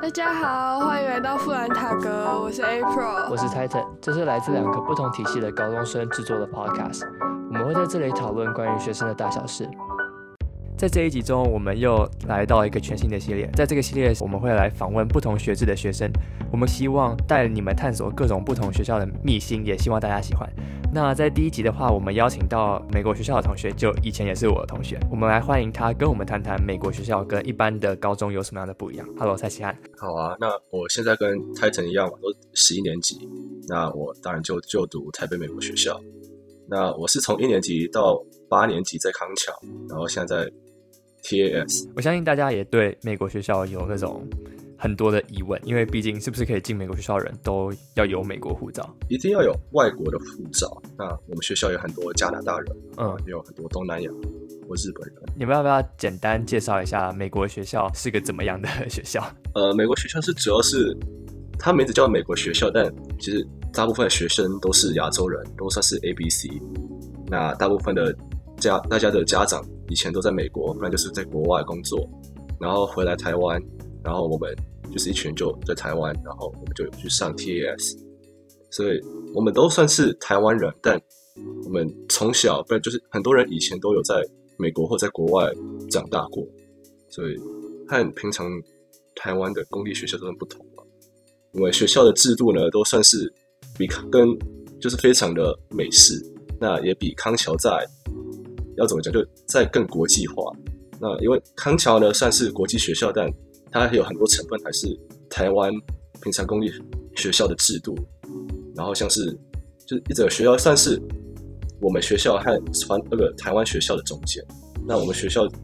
大家好，欢迎来到富兰塔格，我是 April， 我是 Titan， 这是来自2个不同体系的高中生制作的 podcast， 我们会在这里讨论关于学生的大小事。在这一集中，我们又来到一个全新的系列，在这个系列我们会来访问不同学制的学生，我们希望带你们探索各种不同学校的秘辛，也希望大家喜欢。那在第一集的话，我们邀请到美国学校的同学，就以前也是我的同学，我们来欢迎他跟我们谈谈美国学校跟一般的高中有什么样的不一样。Hello， 蔡奇翰。 好啊，那我现在跟 Titan 一样嘛，都11年级，那我当然就读台北美国学校。那我是从1年级到8年级在康桥，然后现在在 TAS。 我相信大家也对美国学校有那种很多的疑问，因为毕竟是不是可以进美国学校的人都要有美国护照， 一定要有外国的护照。那我们学校有很多加拿大人，也有很多东南亚或日本人。 你们要不要简单介绍一下美国学校是个怎么样的学校？ 美国学校主要是它名字叫美国学校，但其实大部分的学生都是亚洲人，都算是 ABC。那大部分的大家的家长以前都在美国，不然就是在国外工作，然后回来台湾，然后我们就是一群人就在台湾，然后我们就去上 TAS， 所以我们都算是台湾人，但我们从小不然就是很多人以前都有在美国或在国外长大过，所以和平常台湾的公立学校都很不同嘛。我们学校的制度呢，都算是就是非常的美式，那也比康桥要怎么讲，就再更国际化。那因为康桥呢算是国际学校，但它有很多成分还是台湾平常公立学校的制度。然后像是就是一整个学校算是我们学校和那个台湾学校的中间。那我们学校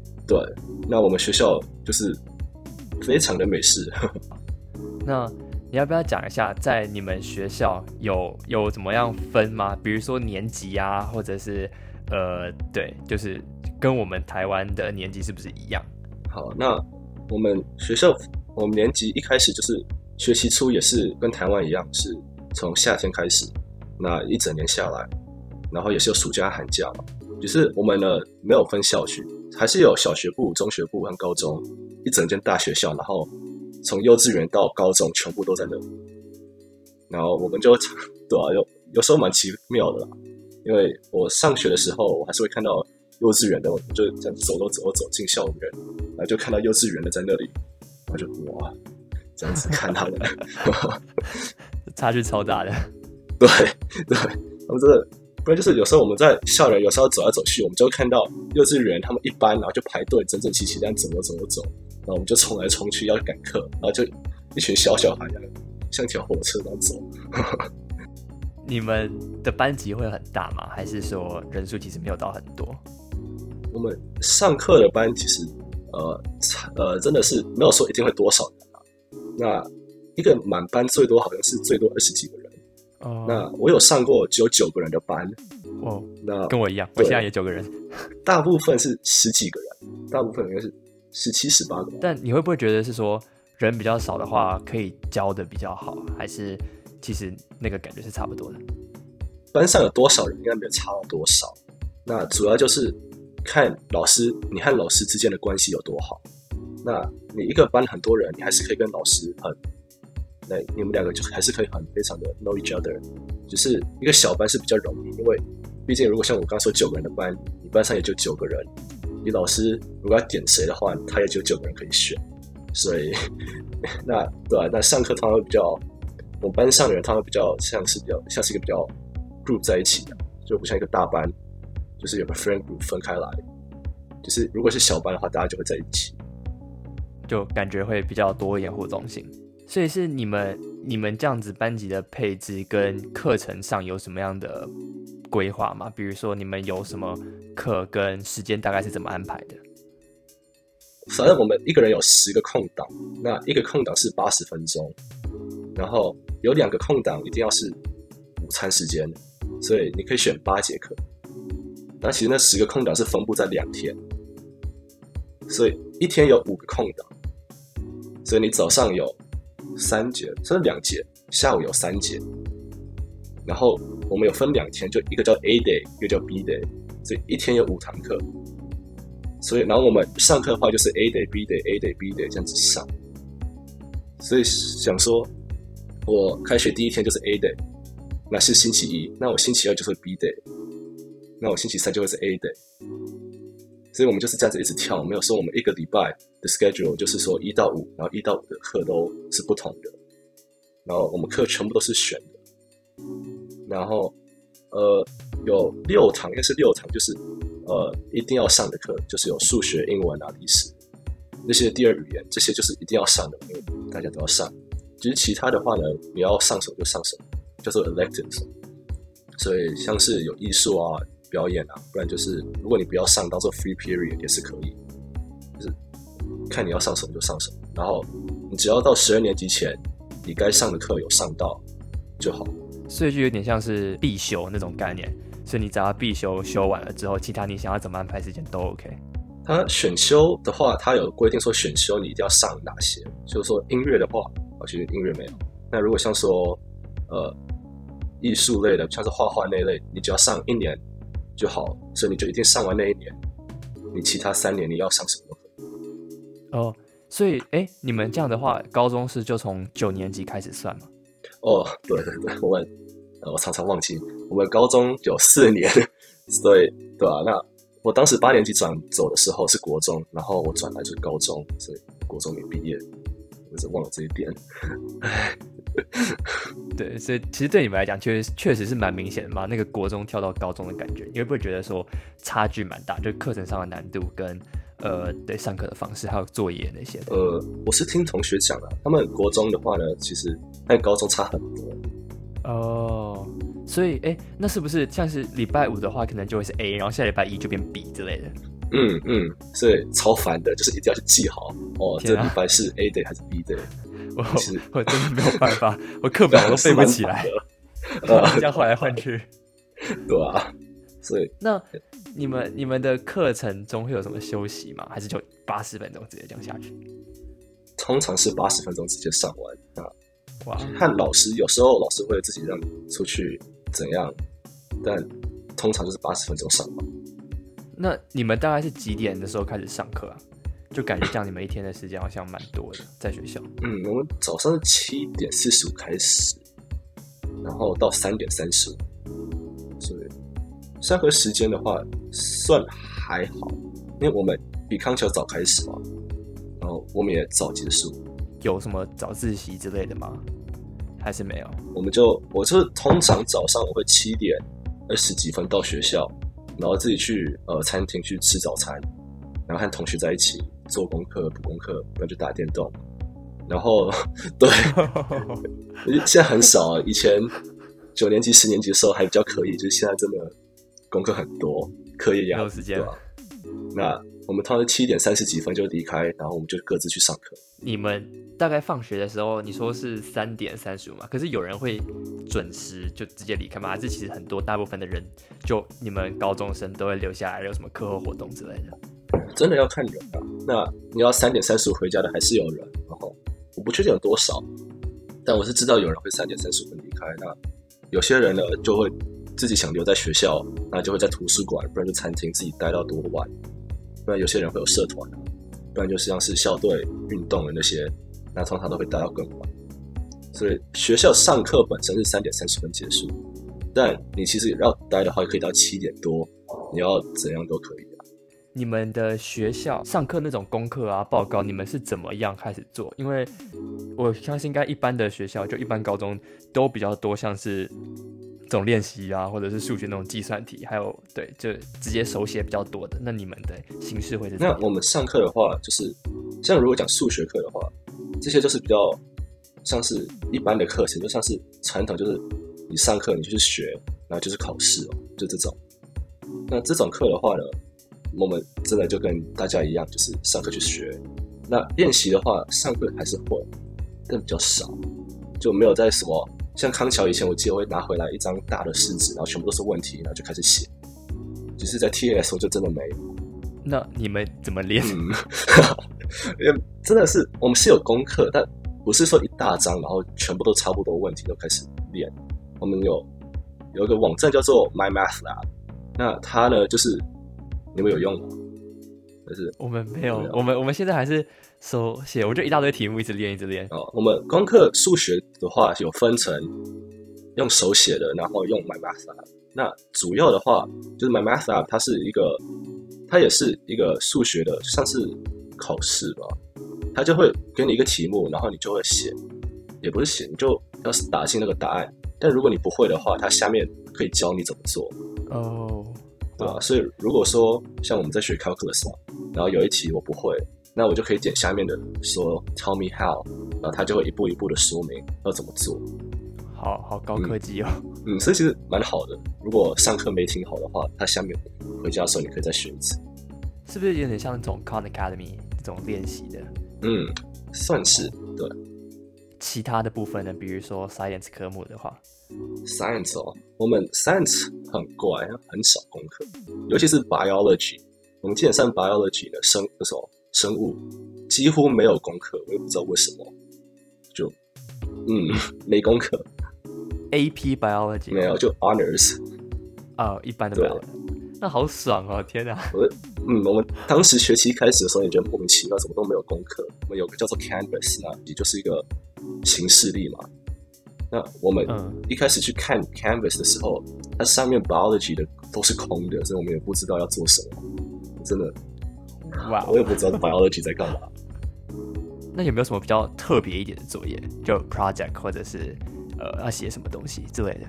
就是非常的美式。 那你要不要讲一下，在你们学校有怎么样分吗？比如说年级啊，或者是对，就是跟我们台湾的年级是不是一样？ 好，那我们学校我们年级一开始就是学期初也是跟台湾一样，是从夏天开始，那一整年下来，然后也是有暑假寒假嘛。只是我们呢没有分校区，还是有小学部、中学部和高中，一整间大学校，然后从幼稚园到高中全部都在那里。然后我们就对啊，有时候蛮奇妙的啦，因为我上学的时候，我还是会看到幼稚园的，我就这样走进校园，然后就看到幼稚园的在那里，然后就哇，这样子看他们， 差距超大的。 对，他们真的，不然就是有时候我们在校园，有时候走来走去，我们就会看到幼稚园他们一班，然后就排队整整齐齐这样走，然后我们就冲来冲去要赶课，然后就一群小孩像条火车那样走。 你们的班级会很大吗？还是说人数其实没有到很多？ 我们上课的班其实真的是没有说一定会多少人啊。那一个满班最多好像是最多20几个人。那我有上过只有9个人的班。那跟我一样，我现在也9个人。 大部分是10几个人，大部分应该是17、18个人。 但你会不会觉得是说人比较少的话，可以教的比较好，还是其实那个感觉是差不多的？ 班上有多少人应该没有差到多少。那主要就是看你和老师之间的关系有多好。那你一个班很多人，你还是可以跟老师你们两个就还是可以非常的 know each other。只是一个小班是比较容易，因为毕竟如果像我刚刚说9个人的班，你班上也就9个人，你老师如果要点谁的话，他也就9个人可以选。所以那上课他们会比较，我们班上的人他们比较像是一个比较 group 在一起的，就不像一个大班，就是有个 friend group 分开来。就是如果是小班的话，大家就会在一起， 就感觉会比较多一点互动性。所以是你们这样子班级的配置跟课程上有什么样的规划吗？比如说你们有什么课跟时间大概是怎么安排的？ 反正我们一个人有10个空档，那一个空档是80分钟，然后有2个空档一定要是午餐时间，所以你可以选8节课。那其实那10个空档是分布在2天，所以一天有5个空档，所以你早上有3节，甚至2节，下午有3节，然后我们有分2天，就一个叫 A day， 一个叫 B day， 所以一天有5堂课。所以然后我们上课的话就是 A day B day A day B day 这样子上。 所以想说，我开学第一天就是 A day， 那是星期一，那我星期二就是 B day， 那我星期三就会是 A day。所以我们就是这样子一直跳，没有说我们一个礼拜的 schedule 就是说1到5，然后1到5的课都是不同的，然后我们课全部都是选的，然后有6堂，应该是6堂，就是一定要上的课，就是有数学、英文啊、历史那些第二语言，这些就是一定要上的，因为大家都要上。其实其他的话呢，你要上手就上手，叫做 electives。所以像是有艺术啊、表演啊，不然就是如果你不要上，当做 free period 也是可以，就是看你要上手就上手。然后你只要到12年级前，你该上的课有上到就好。 所以就有点像是必修那种概念，所以你只要必修修完了之后，其他你想要怎么安排时间都 OK。 他选修的话，他有规定说选修你一定要上哪些，就是说音乐的话，其实音乐没有。那如果像说艺术类的，像是画画那类，你只要上1年就好，所以你就一定上完那1年，你其他3年你要上什么都可以。 哦，所以你们这样的话，高中是就从9年级开始算吗？ 哦，对，我常常忘记，我们高中有4年，所以对啊，那我当时8年级转走的时候是国中，然后我转来就是高中，所以国中没毕业，我是忘了这一点。 对，所以其实对你们来讲，确实是蛮明显的嘛。那个国中跳到高中的感觉，你会不会觉得说差距蛮大？就是课程上的难度跟对上课的方式，还有作业那些的。 我是听同学讲的，他们国中的话呢，其实和高中差很多。 哦，所以那是不是像是礼拜5的话，可能就会是 A， 然后下礼拜1就变 B 之类的？ 所以超烦的，就是一定要去记好哦，这礼拜是 A day 还是 B day。 我真的没有办法，我课表我都背不起来，这样换来换去。 对啊，所以那你们的课程中会有什么休息吗？还是就80分钟直接这样下去？ 通常是80分钟直接上完啊。 哇， 和老师有时候老师会自己让你出去怎样，但通常就是80分钟上完。 那你们大概是几点的时候开始上课啊？就感觉这样，你们一天的时间好像蛮多的，在学校。 我们早上是7点45开始，然后到3点35，所以上课时间的话算还好，因为我们比康桥早开始嘛，然后我们也早结束。 有什么早自习之类的吗？还是没有？ 我就是通常早上我会7点20几分到学校，然后自己去餐厅去吃早餐，然后和同学在一起做功课、补功课，不然就打电动。然后对，现在很少啊。以前9年级、10年级的时候还比较可以，就是现在真的功课很多，课业压力， 没有时间。 对吧？那我们通常7点30几分就离开，然后我们就各自去上课。 你们大概放学的时候，你说是3点35嘛？可是有人会准时就直接离开吗？还是其实很多大部分的人，就你们高中生都会留下来，有什么课后活动之类的？ 真的要看人啊。那你要3点35回家的还是有人，然后我不确定有多少，但我是知道有人会3点35分离开。那有些人呢就会自己想留在学校，那就会在图书馆，不然就餐厅自己待到多晚。不然有些人会有社团啊，不然就是像是校队运动的那些，那通常都会待到更晚。所以学校上课本身是3点30分结束，但你其实要待的话，可以到7点多，你要怎样都可以啊。 你们的学校上课那种功课啊、报告，你们是怎么样开始做？因为我相信应该一般的学校，就一般高中都比较多，像是这种练习啊，或者是数学那种计算题，还有对，就直接手写比较多的。那你们的形式会是怎么样？ 那我们上课的话，就是像如果讲数学课的话，这些就是比较像是一般的课程，就像是传统，就是你上课你就去学，然后就是考试哦，就这种。那这种课的话呢，我们真的就跟大家一样，就是上课去学。那练习的话，上课还是会，但比较少，就没有在什么像康桥以前，我记得我会拿回来一张大的试纸，然后全部都是问题，然后就开始写。只是在 TAS 我就真的没有。 那你们怎么练？ 真的是我们是有功课，但不是说一大张，然后全部都差不多问题都开始练。我们有一个网站叫做 My Math Lab， 那它呢就是你们有用吗？就是我们没有，我们现在还是手写，我就一大堆题目一直练一直练。 我们功课数学的话有分成用手写的，然后用 MyMathLab。那主要的话就是 MyMathLab， 它也是一个数学的，像是考试吧，它就会给你一个题目，然后你就会写，也不是写，你就要打进那个答案。但如果你不会的话，它下面可以教你怎么做。对吧？所以如果说像我们在学 calculus 嘛，然后有一题我不会，那我就可以点下面的说 tell me how， 然后它就会一步一步的说明要怎么做。 好高科技哦。 所以其实蛮好的。如果上课没听好的话，它下面回家的时候你可以再学一次。 是不是有点像那种 Khan Academy 这种练习的？ 算是对。 其他的部分呢，比如说 science 科目的话 ，science 我们 science 很怪，很少功课，尤其是 biology。我们基本上 biology 的生物几乎没有功课，我也不知道为什么，就没功课。 AP biology 没有，就 honors。 一般的 biology。那好爽哦！天哪。 我们当时学期开始的时候也觉得莫名其妙，怎么都没有功课。我们有个叫做 Canvas， 那也就是一个行事历嘛。那我们一开始去看 Canvas 的时候，它上面 biology 的都是空的，所以我们也不知道要做什么。真的，我也不知道 biology 在干嘛。 那有没有什么比较特别一点的作业，就 project 或者是要写什么东西之类的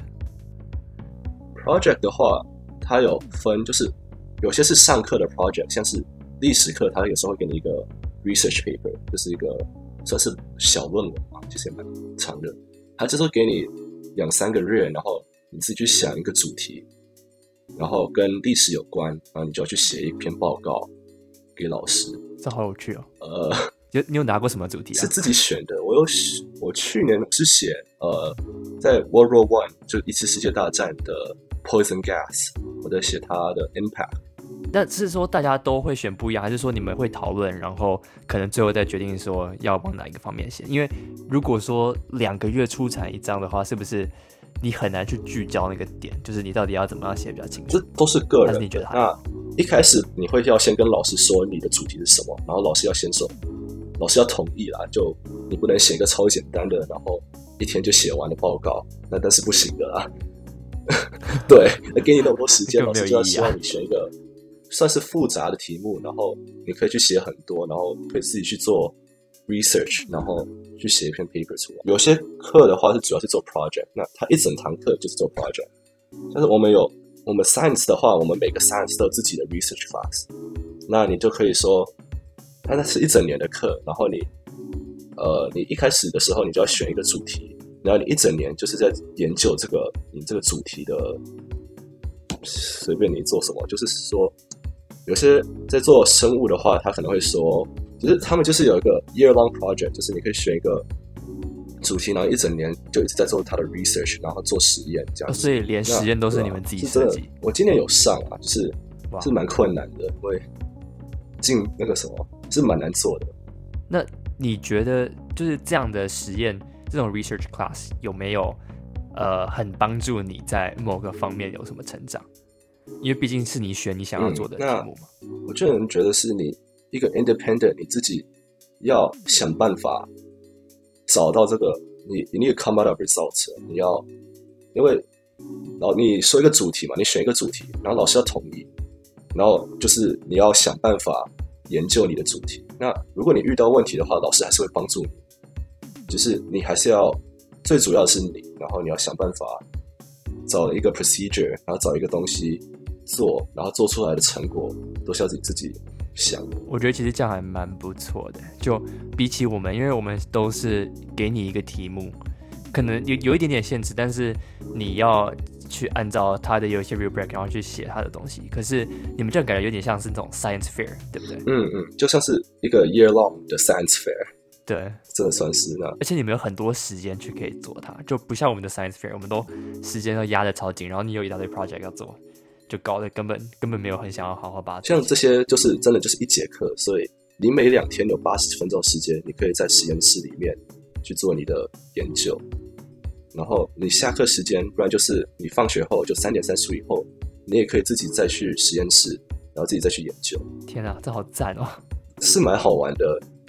？project 的话，它有分，就是有些是上课的 project， 像是历史课，它有时候会给你一个 research paper， 就是一个算是小论文嘛，其实也蛮长的。它就是给你2-3个月，然后你自己去想一个主题，然后跟历史有关，然后你就要去写一篇报告给老师。 这好有趣哦。你有拿过什么主题啊？ 是自己选的。我去年是写在 World War I 就一次世界大战的 poison gas， 我在写它的 impact。 那是说大家都会选不一样，还是说你们会讨论，然后可能最后再决定说要往哪一个方面写？因为如果说2个月出产一张的话，是不是你很难去聚焦那个点？就是你到底要怎么样写比较清楚？ 这都是个人的。 但是你觉得那一开始你会要先跟老师说你的主题是什么，然后老师要同意啦，就你不能写一个超简单的，然后一天就写完的报告，但是不行的啦。对，给你那么多时间，老师就要希望你选一个算是复杂的题目，然后你可以去写很多，然后可以自己去做 research， 然后去写一篇 paper 出来。有些课的话是主要是做 project， 那它一整堂课就是做 project。但是我们 science 的话，我们每个 science 都有自己的 research class， 那你就可以说，那是一整年的课，然后你一开始的时候你就要选一个主题，然后你一整年就是在研究你这个主题的，随便你做什么，就是说有些在做生物的话，他可能会说，就是他们就是有一个 year-long project， 就是你可以选一个主题，然后一整年就一直在做他的 research， 然后做实验这样子。 所以连实验都是你们自己设计。 我今年有上啊，就是蛮困难的，因为进那个什么是蛮难做的。 那你觉得就是这样的实验，这种 research class 有没有很帮助你在某个方面有什么成长？因为毕竟是你选你想要做的题目嘛。 我个人觉得是你一个 independent， 你自己要想办法找到这个你 need to come out of results， 你要因为你说一个主题嘛，你选一个主题，然后老师要同意，然后就是你要想办法研究你的主题。那如果你遇到问题的话，老师还是会帮助你，就是你还是要最主要的是你，然后你要想办法找一个 procedure， 然后找一个东西做，然后做出来的成果都是要自己想的。 我觉得其实这样还蛮不错的，就比起我们，因为我们都是给你一个题目，可能有一点点限制，但是你要去按照它的有一些 rubric， 然后去写它的东西。可是你们这样感觉有点像是那种 science fair， 对不对？ 就像是一个 year long 的 science fair。 对， 这算是那， 而且你们有很多时间去可以做它，就不像我们的 science fair， 我们都时间都压得超紧，然后你有一大堆 project 要做，就搞得根本没有很想要好好把它做。 像这些就是真的就是一节课，所以你每2天有80分钟时间，你可以在实验室里面去做你的研究，然后你下课时间，不然就是你放学后就3点35以后，你也可以自己再去实验室，然后自己再去研究。 天啊，这好赞哦！ 是蛮好玩的。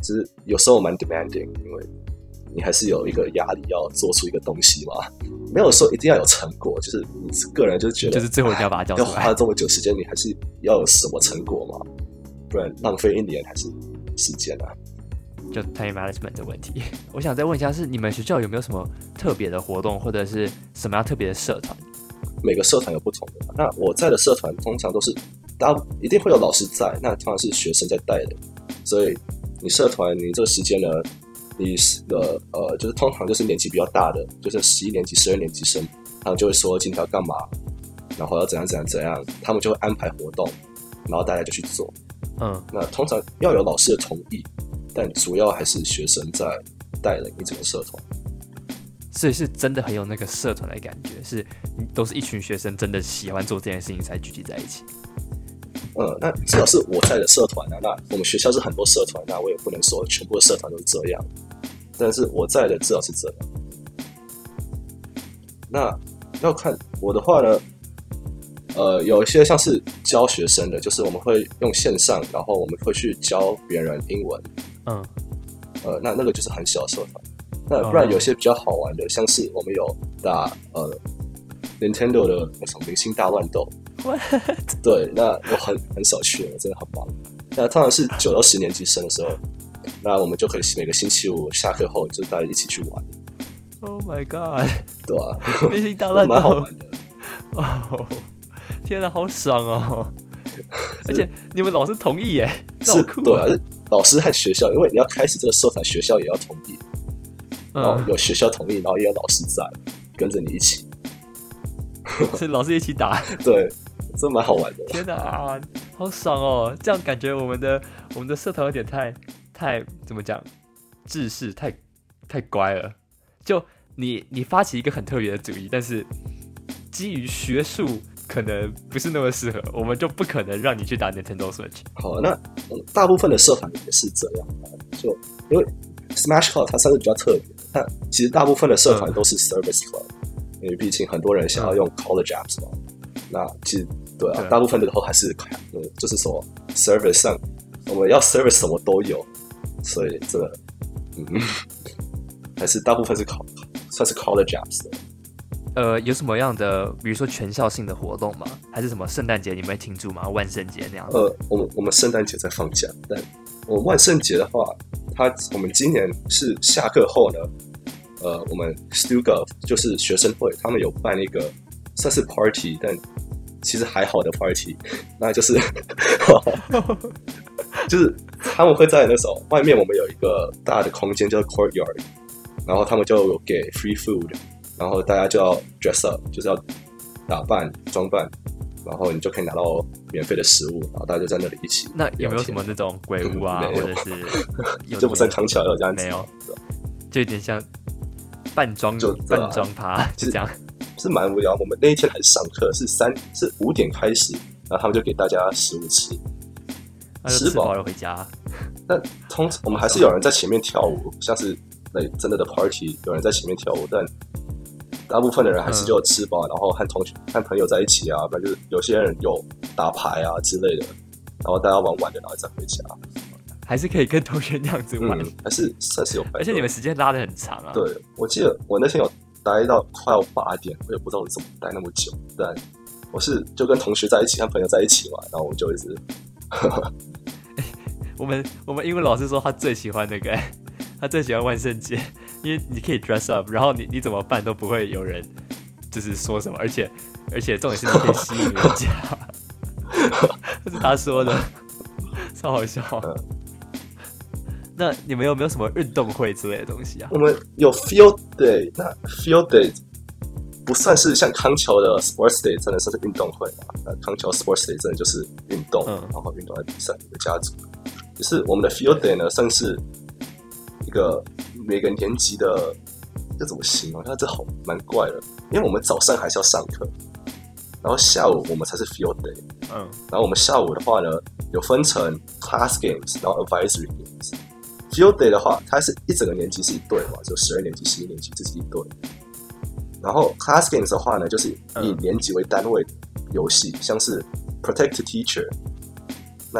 只是有时候蛮 demanding， 因为你还是有一个压力要做出一个东西嘛，没有说一定要有成果，就是你个人就是觉得， 就是最后一定要把它交出来， 要花这么久时间，你还是要有什么成果嘛，不然浪费1年还是时间啊。 就 time management 的问题。我想再问一下，是你们学校有没有什么特别的活动，或者是什么样特别的社团？ 每个社团有不同的，那我在的社团通常都是一定会有老师在，那通常是学生在带的，所以你社团你这个时间呢，你的就是通常就是年纪比较大的，就是11年级、12年级生，他们就会说今天要干嘛，然后要怎样怎样怎样，他们就会安排活动，然后大家就去做。那通常要有老师的同意，但主要还是学生在带领一整个社团。 所以是真的很有那个社团的感觉，是都是一群学生真的喜欢做这件事情才聚集在一起。 那至少是我在的社团啊。那我们学校是很多社团，那我也不能说全部的社团都是这样，但是我在的至少是这样。那要看我的话呢，有一些像是教学生的，就是我们会用线上，然后我们会去教别人英文。那个就是很小的社团。那不然有些比较好玩的，像是我们有打Nintendo 的那种明星大乱斗。对，那我很少去了，我真的很忙。那通常是9到10年级生的时候，那我们就可以每个星期五下课后就大家一起去玩。 Oh my god！ 对啊， 明星大乱斗蛮好玩的。 哦，天哪，好爽哦！而且你们老师同意耶， 是酷对啊，老师和学校，因为你要开始这个社团，学校也要同意。然后有学校同意，然后也有老师在跟着你一起， 是老师一起打， 对，这蛮好玩的。 天哪，好爽哦！这样感觉我们的社团有点太怎么讲，制式太乖了。就你发起一个很特别的主意，但是基于学术可能不是那么适合，我们就不可能让你去打 Nintendo Switch。 好，那大部分的社团也是这样，就因为 Smash Club 它算是比较特别。但其实大部分的社团都是 Service Club，因为毕竟很多人想要用 College Apps 嘛。那其实对啊，大部分的都还是就是说 Service 上我们要 Service 什么都有，所以这个还是大部分是算是 College Apps 的。有什么样的，比如说全校性的活动吗？还是什么圣诞节你们会庆祝吗？万圣节那样的？ 我们圣诞节在放假，但我们万圣节的话，我们今年是下课后呢，我们 StuGov 就是学生会，他们有办一个算是 party， 但其实还好的 party， 那就是就是他们会在那种外面，我们有一个大的空间叫 courtyard， 然后他们就有给 free food， 然后大家就要 dress up， 就是要打扮装扮。然后你就可以拿到免费的食物，然后大家就在那里一起。 那有没有什么那种鬼屋啊，或者是就不算康桥有这样子？ 没有，就有点像扮装趴，就这样。 是蛮无聊。我们那一天还是上课，是5点开始，然后他们就给大家食物吃， 吃饱了回家。 但我们还是有人在前面跳舞，像是真的 party， 有人在前面跳舞，但大部分的人还是就吃饱，然后和朋友在一起啊，不然就是有些人有打牌啊之类的，然后大家玩的，然后再回家。 还是可以跟同学那样子玩， 还是算是有。 而且你们时间拉得很长啊。 对，我记得我那天有待到快要8点，我也不知道我怎么待那么久，但我是就跟同学在一起，和朋友在一起嘛，然后我们就一直。 我们英文老师说他最喜欢那个，他最喜欢万圣节。因为你可以 dress up， 然后你怎么办都不会有人就是说什么，而且重点是你可以吸引人家，这是他说的，超好笑。那你们有没有什么运动会之类的东西啊？ 我们有 field day， 那 field day 不算是像康桥的 sports day， 真的算是运动会嘛？那康桥 sports day 真的就是运动，然后运动来比赛一个家族。就是我们的 field day 呢，算是一个每个年级的，这怎么形容？它这好蛮怪的，因为我们早上还是要上课，然后下午我们才是 field day。然后我们下午的话呢，有分成 class games， 然后 advisory games。field day 的话，它是一整个年级是一队嘛，就12年级、11年级这是一队。然后 class games 的话呢，就是以年级为单位的游戏，像是 protect the teacher。那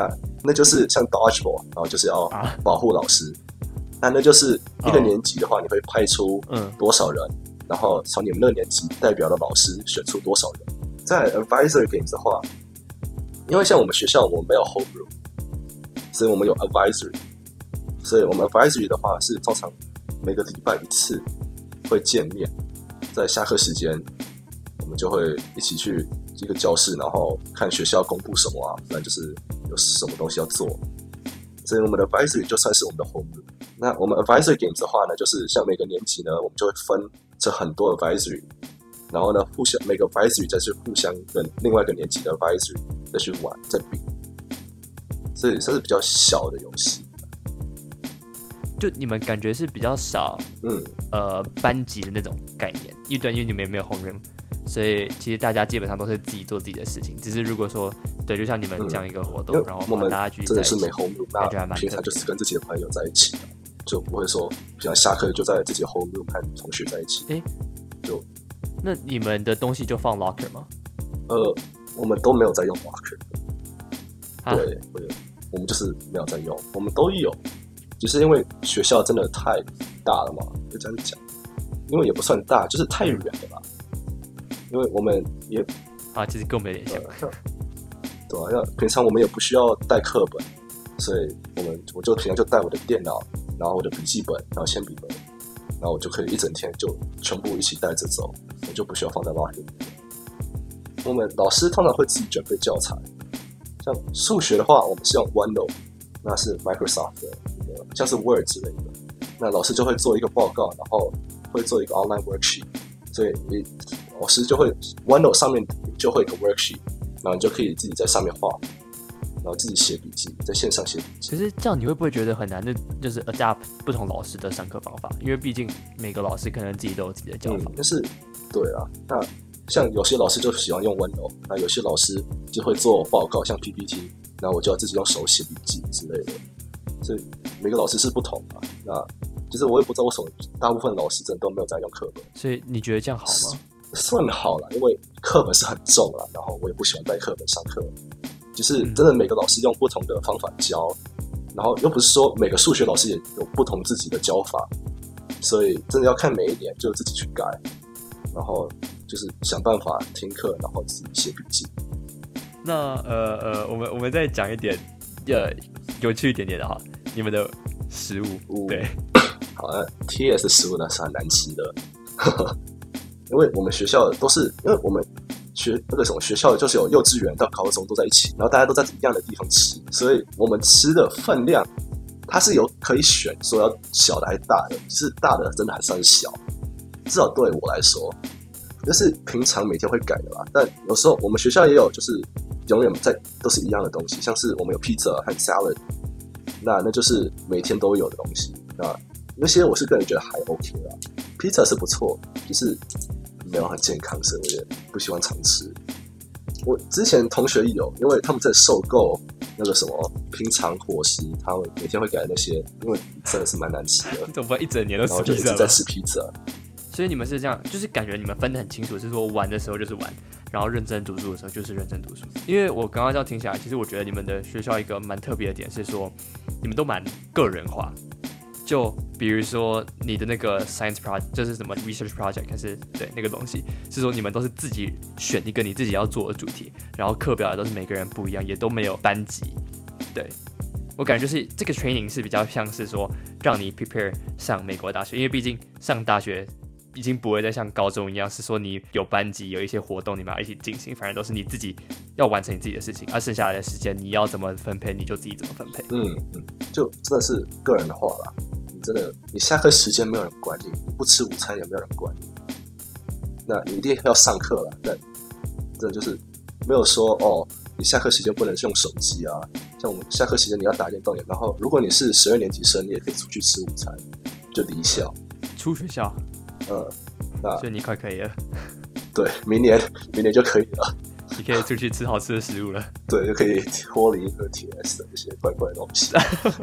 那就是像 dodgeball， 然后就是要保护老师。那就是一个年级的话，你会派出多少人，然后从你们那个年级代表的老师选出多少人。在 advisory games 的话，因为像我们学校我们没有 homeroom， 所以我们有 advisory， 所以我们 advisory 的话是通常每个礼拜一次会见面，在下课时间我们就会一起去一个教室，然后看学校公布什么啊，不然就是有什么东西要做。所以我们的 advisory 就算是我们的 homeroom。那我们 advisory games 的话呢，就是像每个年级呢，我们就会分成很多 advisory， 然后呢，每个 advisory 再去互相跟另外一个年级的 advisory 再去玩，再比。所以算是比较小的游戏。 就你们感觉是比较少，班级的那种概念，因为你们也没有 homeroom， 所以其实大家基本上都是自己做自己的事情。只是如果说，对，就像你们这样一个活动，然后把大家聚在一起， 真的是没 homeroom， 那平常就是跟自己的朋友在一起，就不会说平常下课就在自己的 homeroom 和同学在一起。就那你们的东西就放 locker 吗？ 我们都没有在用 locker。对，我们就是没有在用，我们都有。只是因为学校真的太大了嘛，就这样讲。因为也不算大，就是太远了吧。因为我们也其实跟我们有点像。 对啊，平常我们也不需要带课本，所以我就平常就带我的电脑，然后我的笔记本，然后铅笔本，然后我就可以一整天就全部一起带着走，我就不需要放在 locker 里面。我们老师通常会自己准备教材，像数学的话，我们是用 OneNote， 那是 Microsoft 的像是 Word 之类的。那老师就会做一个报告，然后会做一个 online worksheet， 所以老师就会 OneNote 上面就会有一个 worksheet， 然后你就可以自己在上面画，然后自己写笔记，在线上写笔记。 可是这样你会不会觉得很难的，就是 adapt 不同老师的上课方法？因为毕竟每个老师可能自己都有自己的教法。 但是对啊，那像有些老师就喜欢用 OneNote， 那有些老师就会做报告，像 PPT， 然后我就要自己用手写笔记之类的。所以每个老师是不同的。那其实我也不知道为什么大部分老师真的都没有在用课本。 所以你觉得这样好吗？ 算好啦，因为课本是很重啦，然后我也不喜欢带课本上课。就是真的每个老师用不同的方法教，然后又不是说每个数学老师也有不同自己的教法，所以真的要看每一年就自己去改，然后就是想办法听课，然后自己写笔记。 那我们再讲一点有趣一点点的哈，你们的食物。对， 好，TS 食物呢是很难吃的，因为我们学校都是，因为我们学校就是有幼稚园到高中都在一起，然后大家都在一样的地方吃，所以我们吃的分量它是有可以选说要小的还是大的，其实大的真的还算是小，至少对我来说，就是平常每天会改的啦。但有时候我们学校也有就是永远都是一样的东西，像是我们有 pizza 和 salad， 那就是每天都有的东西。那些我是个人觉得还 OK 啦，pizza 是不错，就是没有很健康，所以我也不喜欢常吃。我之前同学有，因为他们在受够那个什么平常伙食，他们每天会改那些，因为真的是蛮难吃的。 你怎么不会一整年都吃披萨？然后就一直在吃披萨。 所以你们是这样，就是感觉你们分得很清楚，是说玩的时候就是玩，然后认真读书的时候就是认真读书。因为我刚刚这样听起来，其实我觉得你们的学校一个蛮特别的点是说，你们都蛮个人化。就比如说你的那个 science project， 就是什么 research project， 还是对那个东西，是说你们都是自己选一个你自己要做的主题，然后课表也都是每个人不一样，也都没有班级。对，我感觉就是这个 training 是比较像是说让你 prepare 上美国大学，因为毕竟上大学已经不会再像高中一样，是说你有班级有一些活动你们要一起进行，反正都是你自己要完成你自己的事情，而剩下来的时间你要怎么分配你就自己怎么分配。 就真的是个人的话啦。真的，你下课时间没有人管你，你不吃午餐也没有人管你。那你一定要上课了，但真的就是没有说你下课时间不能用手机啊。像我们下课时间你要打电动，然后如果你是12年级生，你也可以出去吃午餐，就离校。 出学校？所以你快可以了。 对，明年就可以了。 你可以出去吃好吃的食物了。 对，就可以脱离和 TS 的这些怪怪的东西。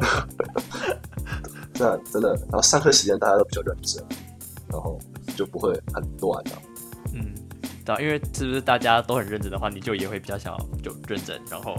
那真的，然后上课时间大家都比较认真，然后就不会很乱啊。 对，因为是不是大家都很认真的话，你就也会比较想要就认真，然后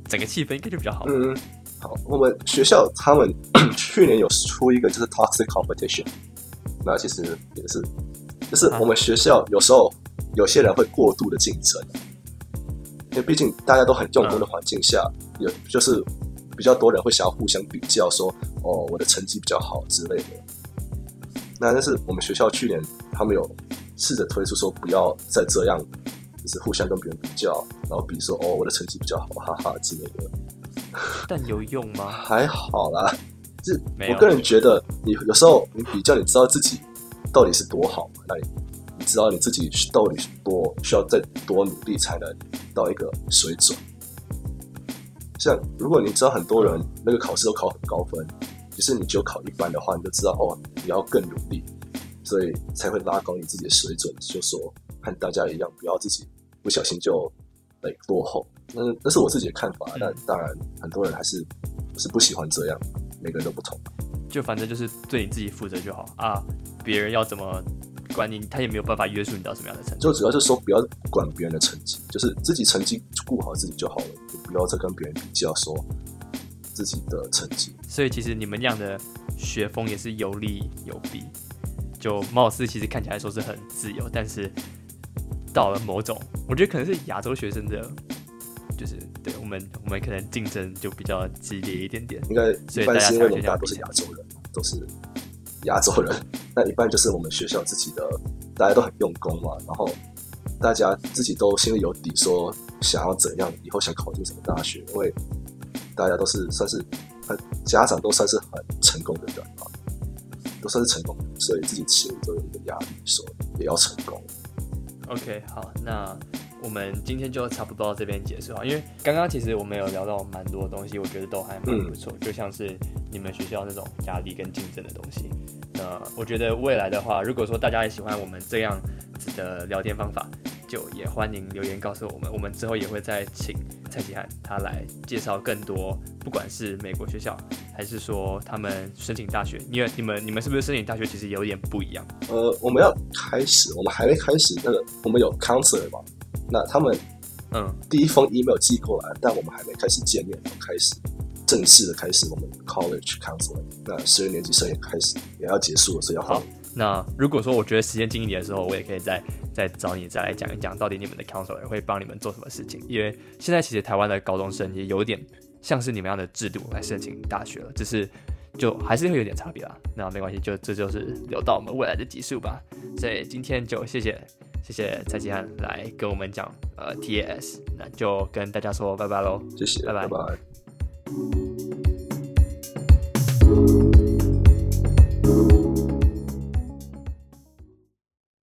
整个气氛应该就比较好。 好，我们学校他们去年有出一个就是 toxic competition， 那其实也是，就是我们学校有时候有些人会过度的竞争，因为毕竟大家都很用功的环境下，有就是比较多人会想要互相比较说，我的成绩比较好之类的。但是我们学校去年他们有试着推出说不要再这样，就是互相跟别人比较，然后比说我的成绩比较好，哈哈之类的。 但有用吗？ 还好啦，就是我个人觉得，你有时候你比较，你知道自己到底是多好，那你知道你自己到底需要再多努力才能到一个水准。像如果你知道很多人那个考试都考很高分，只是你只有考一般的话，你就知道你要更努力，所以才会拉高你自己的水准，就说和大家一样，不要自己不小心就落后。那是我自己的看法，但当然很多人还是不喜欢这样，每个人都不同。 就反正就是对你自己负责就好啊，别人要怎么管你，他也没有办法约束你到什么样的成绩。 就主要就是说不要管别人的成绩，就是自己成绩顾好自己就好了，就不要再跟别人比较说自己的成绩。 所以其实你们这样的学风也是有利有弊，就貌似其实看起来说是很自由，但是到了某种，我觉得可能是亚洲学生的。就是对我们可能竞争就比较激烈一点点， 应该一般是因为我们大家都是亚洲人，都是亚洲人。那一般就是我们学校自己的，大家都很用功嘛，然后大家自己都心里有底，说想要怎样，以后想考进什么大学，因为大家都是算是家长都算是很成功的人嘛，都算是成功的人，所以自己心里都有一个压力，说也要成功。 OK， 好，那我们今天就差不多到这边结束，因为刚刚其实我们有聊到蛮多东西，我觉得都还蛮不错，就像是你们学校那种压力跟竞争的东西。我觉得未来的话，如果说大家也喜欢我们这样子的聊天方法，就也欢迎留言告诉我们，我们之后也会再请蔡启翰他来介绍更多，不管是美国学校，还是说他们申请大学，因为你们是不是申请大学其实有点不一样？ 我们要开始，我们还没开始那个，我们有 counselor 嘛？那他们第一封 email 寄过来，但我们还没开始见面，开始正式的开始我们 college counseling。那12年级生也要结束了，所以要换。 那如果说我觉得时间近一点的时候，我也可以再找你再来讲一讲，到底你们的 counselor 会帮你们做什么事情？因为现在其实台湾的高中生也有点像是你们样的制度来申请大学了，只是就还是会有点差别啦。那没关系，这就是留到我们未来的集数吧。所以今天就谢谢蔡启翰来跟我们讲TAS， 那就跟大家说拜拜喽， 谢谢，拜拜。